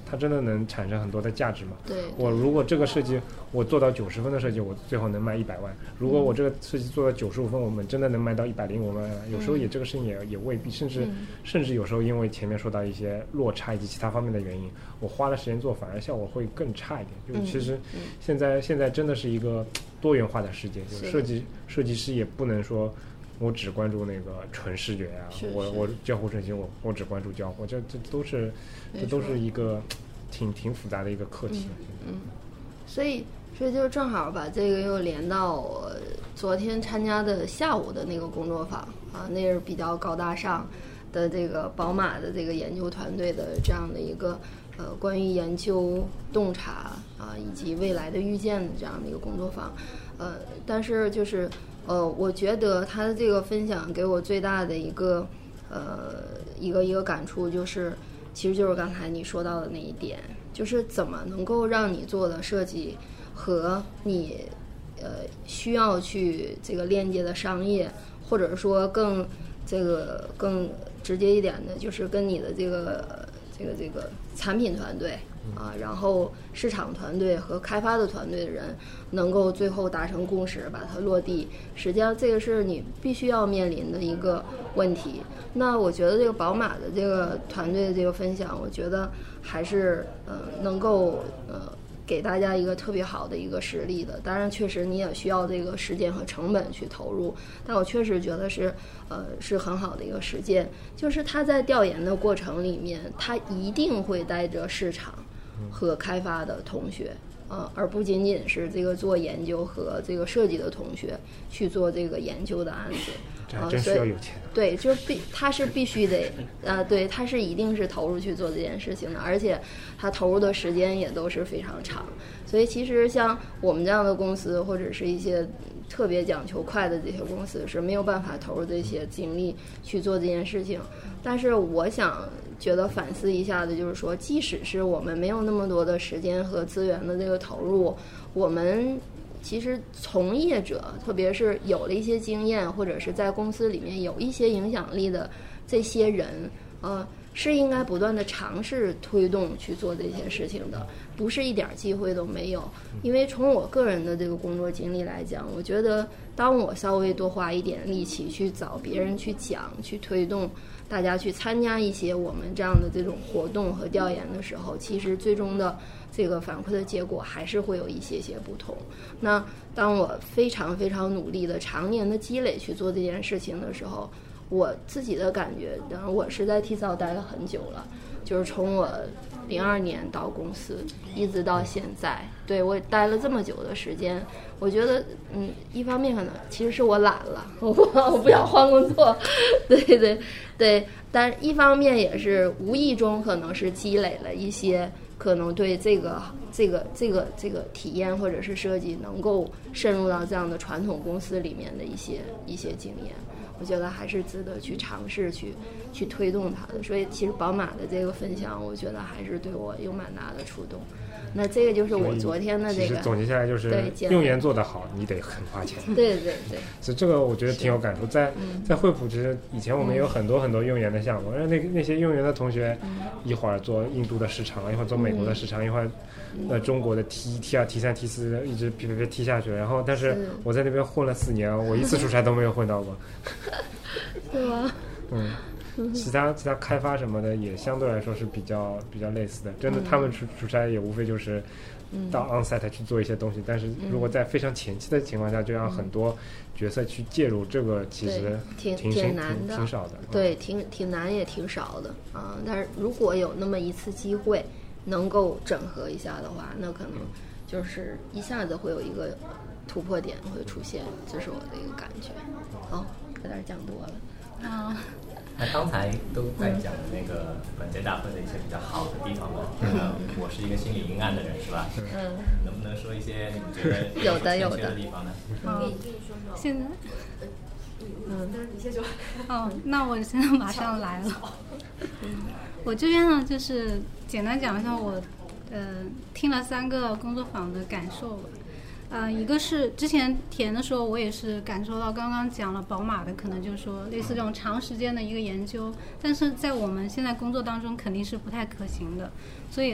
它真的能产生很多的价值吗？ 对， 我如果这个设计我做到90分的设计，我最后能卖100万；如果我这个设计做到95分，我们真的能卖到105万。有时候这个事情也未必，甚至有时候因为前面说到一些落差以及其他方面的原因，我花了时间做，反而效果会更差一点。就其实现在真的是一个多元化的世界，就设计师也不能说我只关注那个纯视觉啊，我交互设计我只关注交互，这都是一个挺复杂的一个课题。 所以就正好把这个又连到我昨天参加的下午的那个工作坊啊，那是比较高大上的这个宝马的这个研究团队的这样的一个关于研究洞察啊以及未来的预见的这样的一个工作坊。但是就是我觉得他的这个分享给我最大的一个感触其实就是刚才你说到的那一点，就是怎么能够让你做的设计和你需要去这个链接的商业，或者说更直接一点的，就是跟你的这个产品团队啊，然后市场团队和开发的团队的人能够最后达成共识，把它落地。实际上这个是你必须要面临的一个问题。那我觉得这个宝马的这个团队的这个分享，我觉得还是能够给大家一个特别好的一个实例的。当然确实你也需要这个时间和成本去投入，但我确实觉得是很好的一个实践。就是他在调研的过程里面，他一定会带着市场和开发的同学而不仅仅是这个做研究和这个设计的同学去做这个研究的案子。 这还真需要有钱。 对，他是必须得对，他是一定是投入去做这件事情的，而且他投入的时间也都是非常长。所以其实像我们这样的公司，或者是一些特别讲求快的这些公司，是没有办法投入这些精力去做这件事情。但是我觉得反思一下的就是说，即使是我们没有那么多的时间和资源的这个投入，我们其实从业者，特别是有了一些经验或者是在公司里面有一些影响力的这些人是应该不断的尝试推动去做这些事情的，不是一点机会都没有。因为从我个人的这个工作经历来讲，我觉得当我稍微多花一点力气去找别人去讲，去推动大家去参加一些我们这样的这种活动和调研的时候，其实最终的这个反馈的结果还是会有一些不同。那当我非常非常努力的常年的积累去做这件事情的时候，我自己的感觉，当然我是在 TESOL 待了很久了，就是从我02年到公司一直到现在，对，我待了这么久的时间，我觉得一方面可能其实是我懒了，我不想换工作，对，但一方面也是无意中可能是积累了一些可能对这个体验或者是设计能够渗入到这样的传统公司里面的一些经验，我觉得还是值得去尝试去推动它的。所以其实宝马的这个分享，我觉得还是对我有蛮大的触动。那这个就是我昨天的这个总结下来，就是用研做得好，你得很花钱。 对， 所以这个我觉得挺有感触。在惠普，其实以前我们有很多用研的项目，那些用研的同学，一会儿做印度的市场，一会儿做美国的市场，一会儿中国的 T1、T2、T3、T4一直踢下去。然后，但是我在那边混了4年，我一次出差都没有混到过。 是吗？ 其他开发什么的也相对来说是比较类似的。真的，他们出差也无非就是到 onsite 去做一些东西，但是如果在非常前期的情况下，就让很多角色去介入，这个其实挺难的， 挺少的。 对，挺难也挺少的啊。但是如果有那么一次机会能够整合一下的话，那可能就是一下子会有一个突破点会出现，这是我的一个感觉。有点讲多了。 那刚才都在讲那个本届大会的一些比较好的地方嘛。我是一个心理阴暗的人，是吧？能不能说一些你们觉得有的地方呢？ 可以说说。 现在， 但是你先说。 那我现在马上来了。我这边呢，就是简单讲一下我听了3个工作坊的感受吧。一个是之前填的时候，我也是感受到，刚刚讲了宝马的，可能就是说类似这种长时间的一个研究，但是在我们现在工作当中肯定是不太可行的。所以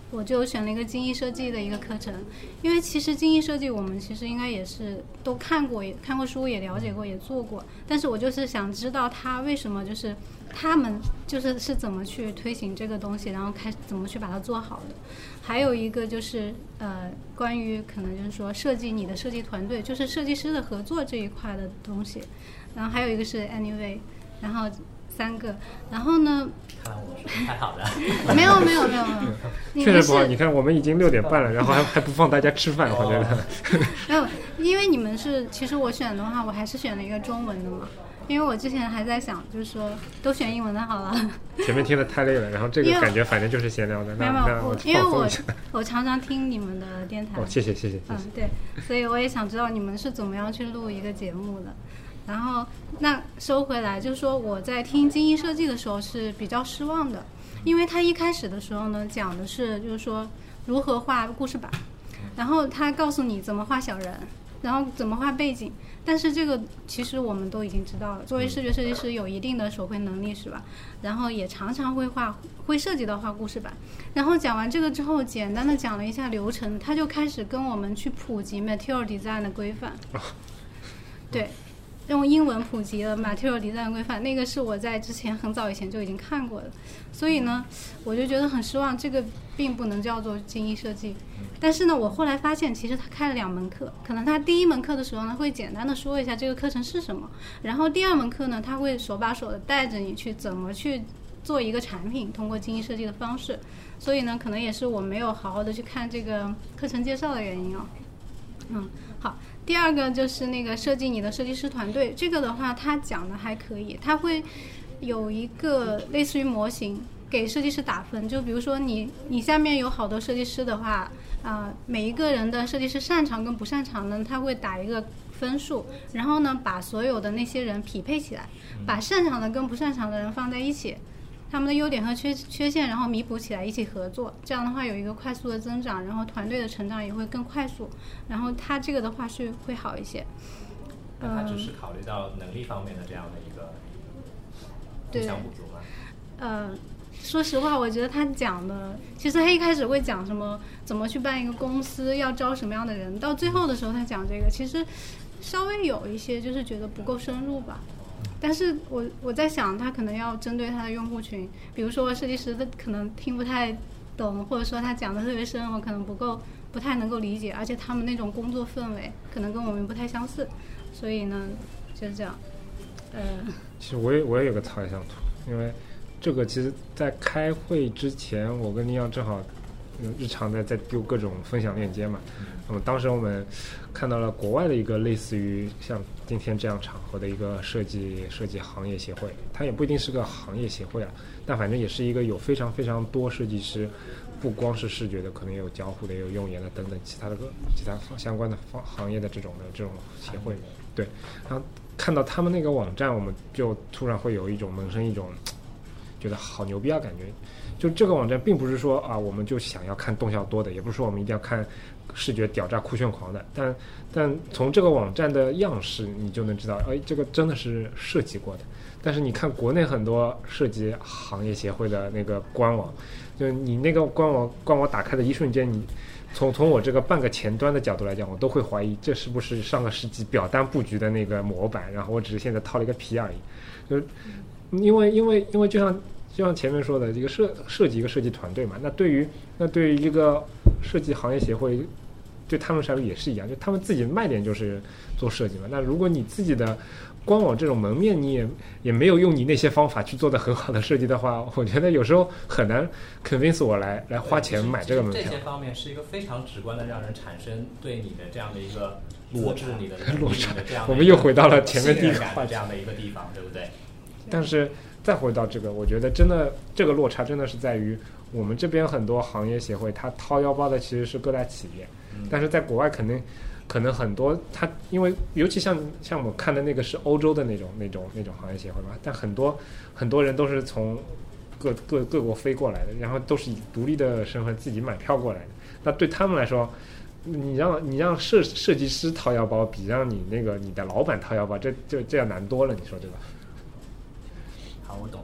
我就选了一个精益设计的一个课程，因为其实精益设计我们其实应该也是都看过，也看过书，也了解过，也做过，但是我就是想知道他为什么就是他们是怎么去推行这个东西，然后怎么去把它做好的。还有一个就是关于可能就是说设计你的设计团队，就是设计师的合作这一块的东西。然后还有一个是 anyway， 然后3个，然后呢？ 看来我是太好的。 没有， 确实不好。你看，我们已经6点半了，然后还不放大家吃饭，我觉得。 没有，因为你们其实我选的话，我还是选了一个中文的嘛。因为我之前还在想，就是说都选英文的好了。 前面听得太累了，然后这个感觉反正就是闲聊的。 没有，因为我常常听你们的电台。 谢谢。 对，所以我也想知道你们是怎么样去录一个节目的。然后那收回来，就是说我在听精益设计的时候是比较失望的，因为他一开始的时候呢讲的是就是说如何画故事板，然后他告诉你怎么画小人，然后怎么画背景，但是这个其实我们都已经知道了，作为视觉设计师有一定的手绘能力是吧，然后也常常会涉及到画故事板。然后讲完这个之后，简单的讲了一下流程，他就开始跟我们去普及 material design 的规范。对，用英文普及了 material design 规范，那个是我在之前很早以前就已经看过的，所以呢我就觉得很失望，这个并不能叫做精益设计。但是呢我后来发现其实他开了2门课，可能他第1门课的时候呢会简单的说一下这个课程是什么，然后第2门课呢他会手把手的带着你去怎么去做一个产品，通过精益设计的方式。所以呢可能也是我没有好好的去看这个课程介绍的原因哦。好，第2个就是那个设计你的设计师团队，这个的话他讲的还可以，他会有一个类似于模型给设计师打分，就比如说你下面有好多设计师的话，每一个人的设计师擅长跟不擅长呢，他会打一个分数，然后呢把所有的那些人匹配起来，把擅长的跟不擅长的人放在一起，他们的优点和缺陷然后弥补起来一起合作，这样的话有一个快速的增长，然后团队的成长也会更快速，然后他这个的话是会好一些。 那他只是考虑到能力方面的这样的一个互相补助吗？ 说实话我觉得他讲的其实他一开始会讲什么怎么去办一个公司，要招什么样的人，到最后的时候他讲这个其实稍微有一些就是觉得不够深入吧。但是我在想他可能要针对他的用户群，比如说设计师他可能听不太懂，或者说他讲的特别深，我可能不太能够理解，而且他们那种工作氛围可能跟我们不太相似，所以呢就是这样。 其实我也有个草图，因为这个其实在开会之前我跟林阳正好日常在丢各种分享链接嘛，那么当时我们看到了国外的一个类似于像今天这样场合的一个设计行业协会，它也不一定是个行业协会啊，但反正也是一个有非常非常多设计师，不光是视觉的，可能也有交互的，也有用研的等等其他相关的行业的这种协会。对，然后看到他们那个网站，我们就突然会有萌生一种觉得好牛逼啊感觉。就这个网站并不是说我们就想要看动效多的，也不是说我们一定要看视觉屌炸酷炫狂的，但从这个网站的样式你就能知道，这个真的是设计过的。但是你看国内很多设计行业协会的那个官网，就你那个官网打开的一瞬间，你从我这个半个前端的角度来讲，我都会怀疑这是不是上个世纪表单布局的那个模板，然后我只是现在套了一个皮而已。就是因为就像前面说的，这个设计一个设计团队嘛，那对于一个设计行业协会，对他们来说也是一样，就他们自己的卖点就是做设计嘛。那如果你自己的官网这种门面你也没有用你那些方法去做的很好的设计的话，我觉得有时候很难 convince 我来花钱买这个门票。 这些方面是一个非常直观的让人产生对你的这样的一个落差，你的落差， 这样我们又回到了前面第一个这样的一个地方，对不对？ 但是再回到这个，我觉得真的这个落差真的是在于我们这边很多行业协会，它掏腰包的其实是各大企业，但是在国外可能很多它因为尤其像我看的那个是欧洲的那种行业协会嘛，但很多人都是从各国飞过来的，然后都是以独立的身份自己买票过来的。那对他们来说，你让设计师掏腰包比让你的老板掏腰包，这样难多了，你说对吧？ 好，我懂了。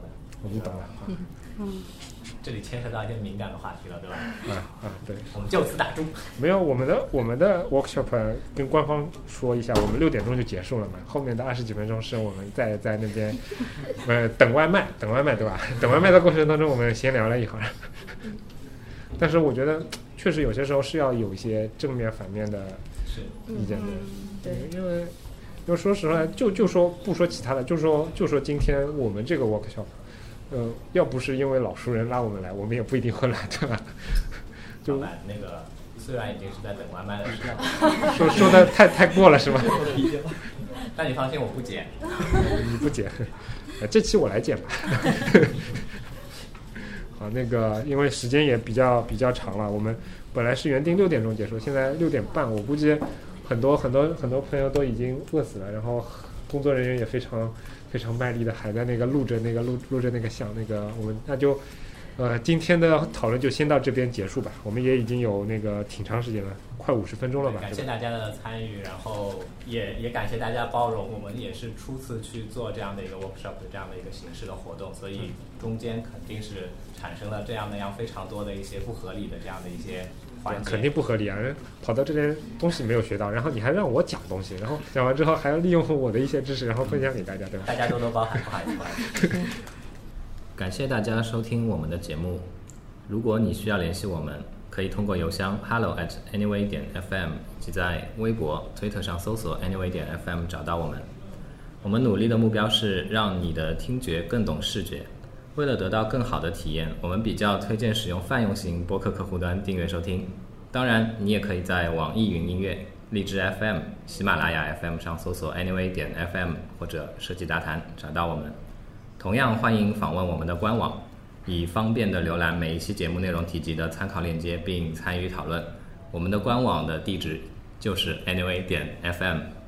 我就懂了。 这里牵涉到一些敏感的话题了，对吧？ 对， 我们就此打住。 没有，我们的 workshop 跟官方说一下，我们6点钟就结束了嘛，后面的20几分钟是我们在那边等外卖对吧？等外卖的过程当中，我们闲聊了一会儿。但是我觉得确实有些时候是要有一些正面反面的意见的， 对， 因为说实话，就说不说其他的，就说今天我们这个 workshop。要不是因为老熟人拉我们来，我们也不一定会来，对吧？就那个虽然已经是在等外卖的时候， 说的太过了是吗？ 但你放心，我不剪。 你不剪，这期我来剪吧。好，那个因为时间也比较长了，我们本来是原定6点钟结束，现在6点半，我估计很多朋友都已经饿死了，然后工作人员也非常卖力的还在那个录着那个像那个我们那就今天的讨论就先到这边结束吧。我们也已经有那个挺长时间了，快50分钟了吧。 感谢大家的参与，然后也感谢大家包容。我们也是初次去做这样的一个 workshop 的这样的一个形式的活动，所以中间肯定是产生了这样那样非常多的一些不合理的这样的一些环节。 肯定不合理啊！跑到这边东西没有学到，然后你还让我讲东西，然后讲完之后还要利用我的一些知识，然后分享给大家，对吧？ 大家多多包涵，不好意思。感谢大家收听我们的节目。如果你需要联系我们，可以通过邮箱 hello@anyway.fm 以及在微博、推特上搜索 anyway.fm 找到我们。我们努力的目标是让你的听觉更懂视觉。为了得到更好的体验，我们比较推荐使用泛用型播客客户端订阅收听。当然，你也可以在网易云音乐、荔枝 FM、喜马拉雅 FM 上搜索 anyway.fm 或者设计杂谈找到我们。同样欢迎访问我们的官网，以方便的浏览每一期节目内容提及的参考链接并参与讨论。我们的官网的地址就是 anyway.fm。